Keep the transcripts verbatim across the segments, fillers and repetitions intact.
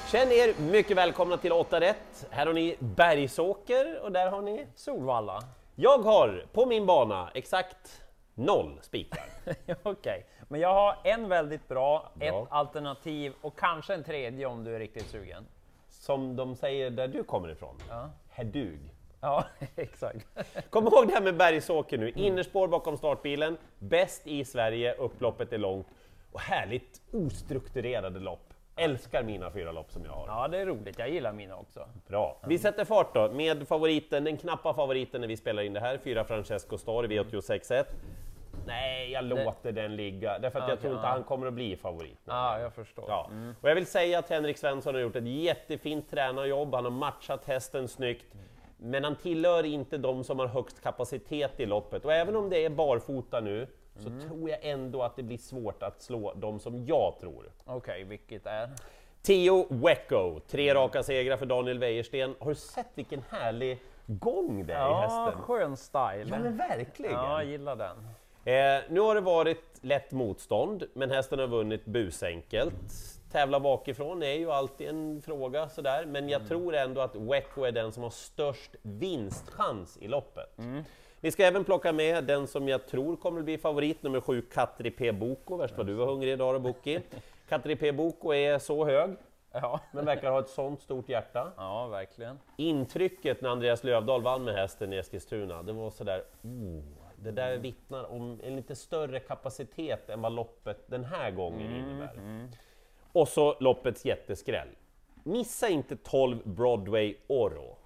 Känn er mycket välkomna till åtta rätt. Här har ni Bergsåker och där har ni Solvalla. Jag har på min bana exakt noll spikar. Okej, okay. Men jag har en väldigt bra, bra, ett alternativ och kanske en tredje om du är riktigt sugen. Som de säger där du kommer ifrån. Ja. Herdug. Ja, exakt. Kom ihåg det här med Bergsåker nu. Innerspår bakom startbilen. Bäst i Sverige, upploppet är långt. Och härligt ostrukturerade lopp. Älskar mina fyra lopp som jag har. Ja, det är roligt. Jag gillar mina också. Bra. Vi sätter fart då med favoriten, den knappa favoriten när vi spelar in det här. Fyra Francesco Star i V åttiosex ett. Nej, jag låter det... den ligga. Därför att okay, jag tror inte ja. han kommer att bli favorit. Ja, jag förstår. Ja. Mm. Och jag vill säga att Henrik Svensson har gjort ett jättefint tränarjobb. Han har matchat hästen snyggt. Mm. Men han tillhör inte de som har högst kapacitet i loppet. Och även om det är barfota nu, så mm. tror jag ändå att det blir svårt att slå de som jag tror. Okej, okay, vilket är? Tio Wecco, tre raka segrar för Daniel Wäjersten. Har du sett vilken härlig gång det är ja, i hästen? Ja, skön style. Ja, men verkligen. Ja, jag gillar den. Eh, nu har det varit lätt motstånd, men hästen har vunnit busenkelt. Tävla bakifrån är ju alltid en fråga sådär, men jag mm. tror ändå att Wecco är den som har störst vinstchans i loppet. Mm. Vi ska även plocka med den som jag tror kommer att bli favorit, nummer sju, Katri P. Boko. Värst vad du var hungrig idag då, Boki. Katri P. Boko är så hög, ja. men verkar ha ett sånt stort hjärta. Ja, verkligen. Intrycket när Andreas Lövdahl vann med hästen i Eskilstuna, det var sådär, oh, det där vittnar om en lite större kapacitet än vad loppet den här gången mm, innebär. Mm. Och så loppets jätteskräll. Missa inte tolv Broadway Oro.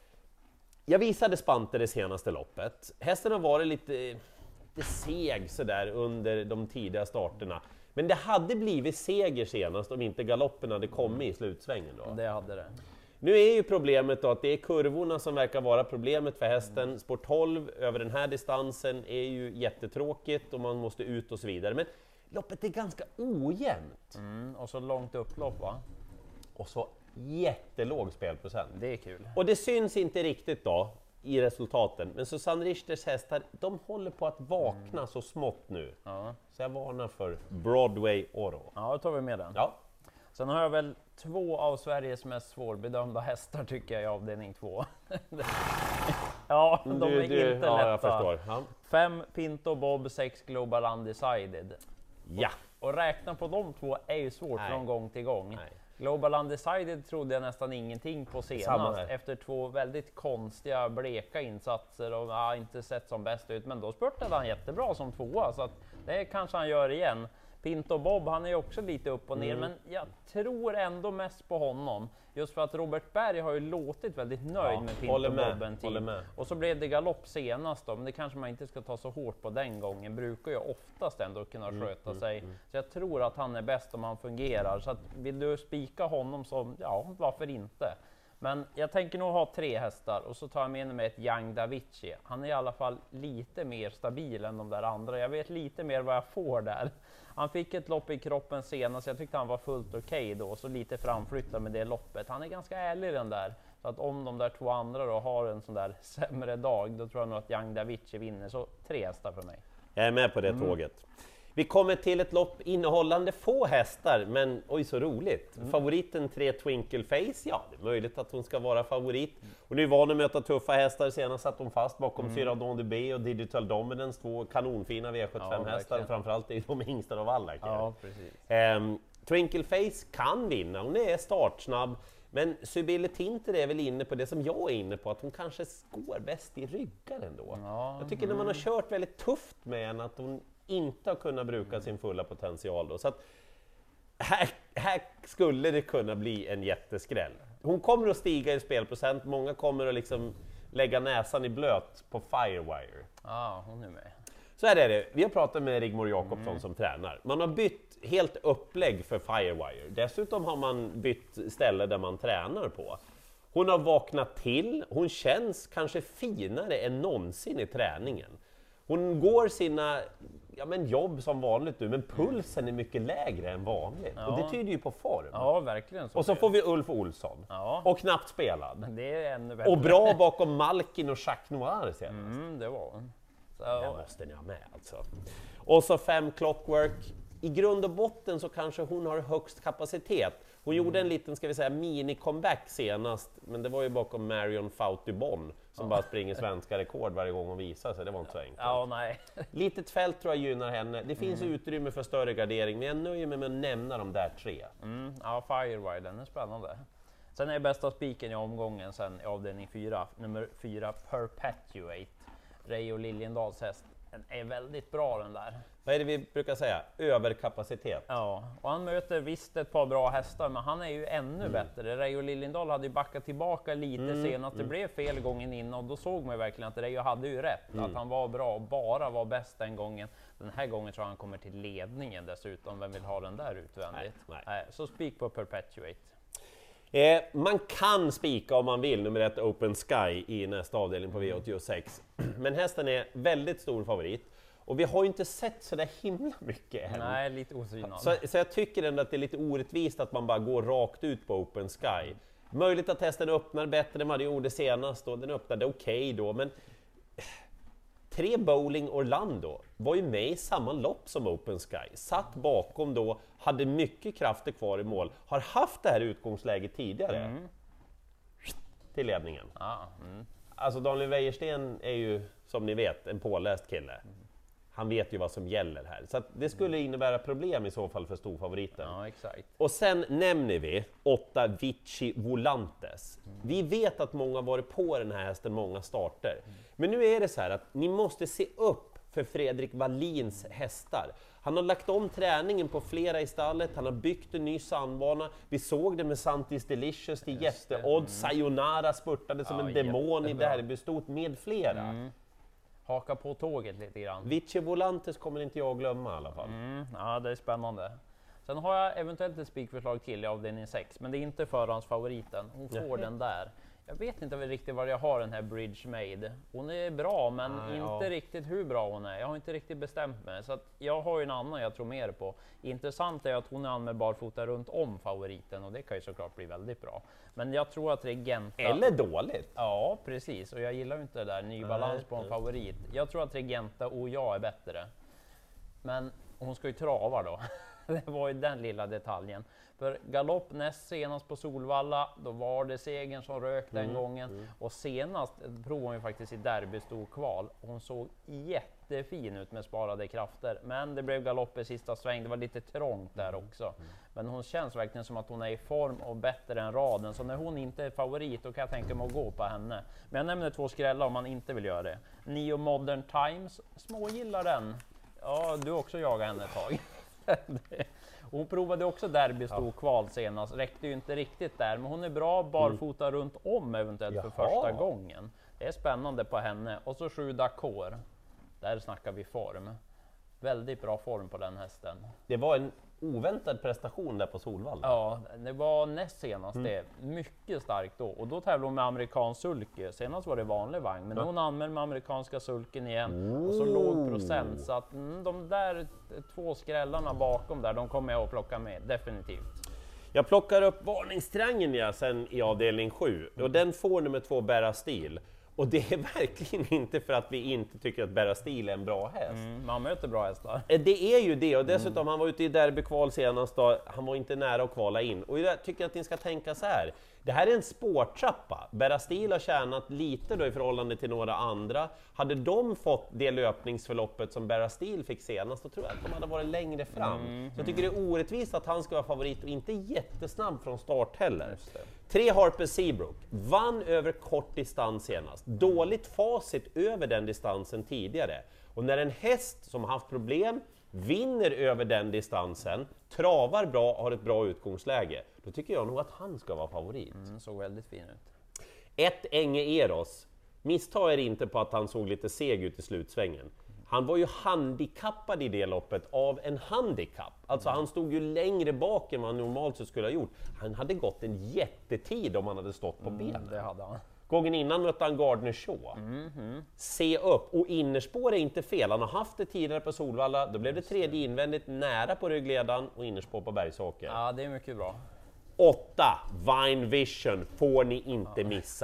Jag visade Spante det senaste loppet. Hästen har varit lite, lite seg sådär under de tidiga starterna. Men det hade blivit seger senast om inte galoppen hade kommit i slutsvängen då. Det hade det. Nu är ju problemet då att det är kurvorna som verkar vara problemet för hästen. Spår tolv över den här distansen är ju jättetråkigt och man måste ut och så vidare. Men loppet är ganska ojämnt. Mm, och så långt upplopp, va? Och så jättelåg spelprocent. Det är kul. Och det syns inte riktigt då i resultaten. Men Susanne Richters hästar, de håller på att vakna mm. så smått nu. Ja. Så jag varnar för Broadway Oro. Ja, då tar vi med den. Ja. Sen har jag väl två av Sveriges mest svårbedömda hästar tycker jag i avdelning två. Ja, de du, är du, inte ja, lätta. Jag förstår. Ja. Fem Pinto Bob, sex Global Undecided. Ja. Och, och räkna på de två är ju svårt Nej. från gång till gång. Nej. Global Undecided trodde jag nästan ingenting på senast efter två väldigt konstiga, bleka insatser och ja, inte sett som bäst ut. Men då spurtade han jättebra som tvåa, så att det kanske han gör igen. Pinto Bob, han är ju också lite upp och ner, mm. men jag tror ändå mest på honom. Just för att Robert Berg har ju låtit väldigt nöjd ja, med Pinto Bob en tid. Och så blev det galopp senast då, men det kanske man inte ska ta så hårt på den gången. Brukar ju oftast ändå kunna sköta mm, sig. Mm. Så jag tror att han är bäst om han fungerar. Så att vill du spika honom så, ja, varför inte? Men jag tänker nog ha tre hästar och så tar jag med mig ett Young Davici. Han är i alla fall lite mer stabil än de där andra. Jag vet lite mer vad jag får där. Han fick ett lopp i kroppen senast, jag tyckte han var fullt okej okay då, så lite framflyttad med det loppet. Han är ganska ärlig den där, så att om de där två andra då har en sån där sämre dag, då tror jag nog att Young Davici vinner, så tre hästar för mig. Jag är med på det mm. tåget. Vi kommer till ett lopp innehållande få hästar, men oj så roligt. Mm. Favoriten tre Twinkle Face, ja det är möjligt att hon ska vara favorit. Mm. Och nu är van att möta tuffa hästar, senast satt hon fast bakom mm. Cyrano de B och Digital Dominance, två kanonfina V sjuttiofem-hästar, och framförallt är de yngsta av alla. Ja, precis. Um, Twinkle Face kan vinna, hon är startsnabb. Men Sibylle Tinter är väl inne på det som jag är inne på, att hon kanske går bäst i ryggar ändå. Ja, jag tycker mm. när man har kört väldigt tufft med henne att hon inte har kunnat bruka sin fulla potential då. Så att här, här skulle det kunna bli en jätteskräll. Hon kommer att stiga i spelprocent, många kommer att liksom lägga näsan i blöt på Firewire. Ja, hon är med. Så här är det, vi har pratat med Rigmor Jakobsson mm. som tränar. Man har bytt helt upplägg för Firewire. Dessutom har man bytt ställe där man tränar på. Hon har vaknat till, hon känns kanske finare än någonsin i träningen. Hon går sina ja, men jobb som vanligt nu, men pulsen är mycket lägre än vanligt. Ja. Och det tyder ju på form. Ja, verkligen. Så och så får vi Ulf Olsson. Ja. Och knappt spelad. Det är ännu bättre. Och bra bakom Malkin och Jacques Noir senast. Mm, det var hon. Så. Det måste ni ha med alltså. Och så fem Clockwork. i grund och botten så kanske hon har högst kapacitet. Hon mm. gjorde en liten, ska vi säga, mini-comeback senast, men det var ju bakom Marion Fautubon som ja. bara springer svenska rekord varje gång hon visar sig, det var inte så enkelt. Ja, nej. Litet fält tror jag gynnar henne, det finns mm. utrymme för större gardering, men jag nöjer mig med att nämna de där tre. Mm. Ja, Firewire, den är spännande. Sen är bästa spiken i omgången sen i avdelning fyra, nummer fyra, Perpetuate, Reijo Liljendals häst. Den är väldigt bra den där. Vad är det vi brukar säga? Överkapacitet. Ja, och han möter visst ett par bra hästar, men han är ju ännu mm. bättre. Reijo Liljendal hade ju backat tillbaka lite mm. senast, det mm. blev fel gången in och då såg man ju verkligen att Reijo hade ju rätt, mm. att han var bra och bara var bäst den gången. Den här gången tror jag han kommer till ledningen dessutom, vem vill ha den där utvändigt? Nej, nej. Så spik på Perpetuate. Eh, man kan spika om man vill nummer ett Open Sky i nästa avdelning på V åttiosex. Men hästen är väldigt stor favorit. Och vi har ju inte sett så där himla mycket än. Nej, lite osynad. Så, så jag tycker ändå att det är lite orättvist att man bara går rakt ut på Open Sky. Möjligt att hästen öppnar bättre än vad det gjorde senast och den öppnade okej okay då, men tre Bowling Orlando var ju med i samma lopp som Open Sky, satt bakom då, hade mycket krafter kvar i mål, har haft det här utgångsläget tidigare mm. till ledningen. Ah, mm. Alltså Daniel Wäjersten är ju, som ni vet, en påläst kille. Mm. Han vet ju vad som gäller här, så att det skulle innebära problem i så fall för storfavoriten. Ja, exakt. Och sen nämner vi åtta Vici Volantes. Mm. Vi vet att många har varit på den här hästen många starter. Mm. Men nu är det så här att ni måste se upp för Fredrik Wallins hästar. Han har lagt om träningen på flera i stallet, han har byggt en ny sandbana. Vi såg det med Santis Delicious till jätteodd, mm. Sayonara spurtade som ja, en demon i derbystort med flera. Mm. Haka på tåget lite grann. Vici Volantes kommer inte jag att glömma i alla fall. Mm, ja, det är spännande. Sen har jag eventuellt ett spikförslag till i avdelning sex, men det är inte förhandsfavoriten. Hon får mm. den där. Jag vet inte riktigt var jag har den här Bridge Made. Hon är bra, men ah, inte ja. riktigt hur bra hon är. Jag har inte riktigt bestämt mig, så att jag har ju en annan jag tror mer på. Intressant är att hon är använd barfota runt om favoriten och det kan ju såklart bli väldigt bra. Men jag tror att Regenta... Eller dåligt! Ja, precis. Och jag gillar ju inte det där, ny balans på en favorit. Jag tror att Regenta och jag är bättre. Men hon ska ju trava då. Det var ju den lilla detaljen. För galopp näst senast på Solvalla, då var det segern som rök den mm, gången. Mm. Och senast provade hon ju faktiskt i derby stor kval. Hon såg jättefin ut med sparade krafter. Men det blev galopp i sista sväng, det var lite trångt där också. Mm. Men hon känns verkligen som att hon är i form och bättre än raden. Så när hon inte är favorit, då kan jag tänka mig att gå på henne. Men jag nämner två skrällar om man inte vill göra det. Neo Modern Times, smågillar den. Ja, du också jagar henne ett tag. Hon provade också derby stor kval senast, räckte ju inte riktigt där, men hon är bra barfota mm. runt om eventuellt Jaha. för första gången. Det är spännande på henne. Och så sju Dakor, där snackar vi form. Väldigt bra form på den hästen. Det var en oväntad prestation där på Solvalla. Ja, det var näst senast mm. det. Mycket starkt då. Och då tävlade hon med amerikansk sulke. Senast var det vanlig vagn, men ja. hon använde med amerikanska sulken igen. Oh. Och så låg procent. Så att mm, de där två skrällarna bakom där, de kommer jag att plocka med, definitivt. Jag plockar upp varningstriangeln ja, sen i avdelning sju. Och den får nummer två Bära Stil. Och det är verkligen inte för att vi inte tycker att Bära Stil är en bra häst. Mm, man möter bra hästar. Det är ju det, och dessutom mm. han var ute i derbykval senast då, han var inte nära att kvala in. Och jag tycker att ni ska tänka så här. Det här är en spårtrappa. Bära Stil har tjänat lite då i förhållande till några andra. Hade de fått det löpningsförloppet som Bära Stil fick senast, då tror jag att de hade varit längre fram. Mm. Så jag tycker det är orättvist att han ska vara favorit och inte jättesnabb från start heller. Tre Harper Seabrook, vann över kort distans senast. Dåligt facit över den distansen tidigare. Och när en häst som haft problem vinner över den distansen, travar bra och har ett bra utgångsläge, då tycker jag nog att han ska vara favorit. Mm, såg väldigt fin ut. Ett Enge Eros, missta er inte på att han såg lite seg ut i slutsvängen. Han var ju handikappad i det loppet av en handikapp. Alltså mm. han stod ju längre bak än vad han normalt så skulle ha gjort. Han hade gått en jättetid om han hade stått på mm, benen. Det hade han. Gången innan mötte han Gardner Shaw. Mm -hmm. Se upp, och innerspår är inte fel. Han har haft det tidigare på Solvalla, då blev det tredje invändigt nära på ryggledan och innerspår på Bergsåker. Ja, det är mycket bra. Åtta Vine Vision får ni inte ja. missa.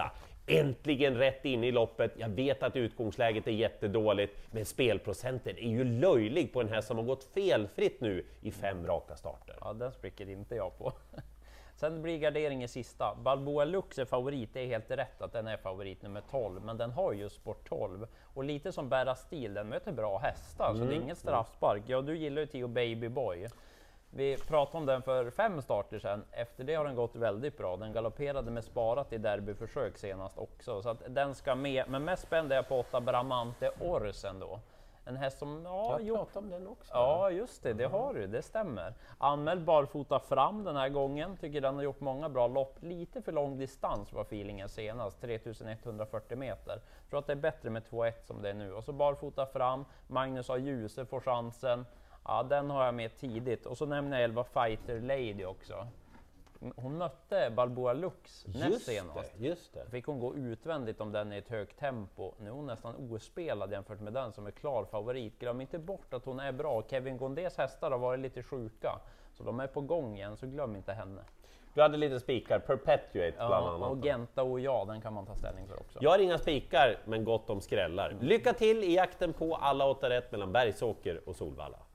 Äntligen rätt in i loppet. Jag vet att utgångsläget är jättedåligt, men spelprocenten är ju löjlig på en här som har gått felfritt nu i fem raka starter. Ja, den spricker inte jag på. Sen blir gardering i sista. Balboa Lux är favorit, det är helt rätt att den är favorit nummer tolv, men den har ju sport tolv. Och lite som Bära Stil, den möter bra hästar, mm. så det är ingen straffspark. Ja, du gillar ju Tio Baby Boy. Vi pratade om den för fem starter sedan, efter det har den gått väldigt bra. Den galopperade med sparat i derbyförsök senast också, så att den ska med. Men mest spänd är jag på åtta Bramante Orsen då. En häst som, ja, jag pratade om den också. Ja, just det, det mm. har du, det stämmer. Anmäld barfota fram den här gången, tycker den har gjort många bra lopp. Lite för lång distans var feelingen senast, tre tusen etthundrafyrtio meter. Jag tror att det är bättre med två ett som det är nu. Och så barfota fram, Magnus A. Djuse får chansen. Ja, den har jag med tidigt. Och så nämner jag elva Fighter Lady också. Hon mötte Balboa Lux näst senast. Det, just det. Fick hon gå utvändigt om den i ett högt tempo. Nu är hon nästan ospelad jämfört med den som är klar favorit. Glöm inte bort att hon är bra. Kevin Gondés hästar har varit lite sjuka, så de är på gång igen, så glöm inte henne. Du hade lite spikar, Perpetuate bland ja, annat. Och Genta och ja, den kan man ta ställning för också. Jag har inga spikar, men gott om skrällar. Mm. Lycka till i jakten på alla åtta rätt mellan Bergsåker och Solvalla.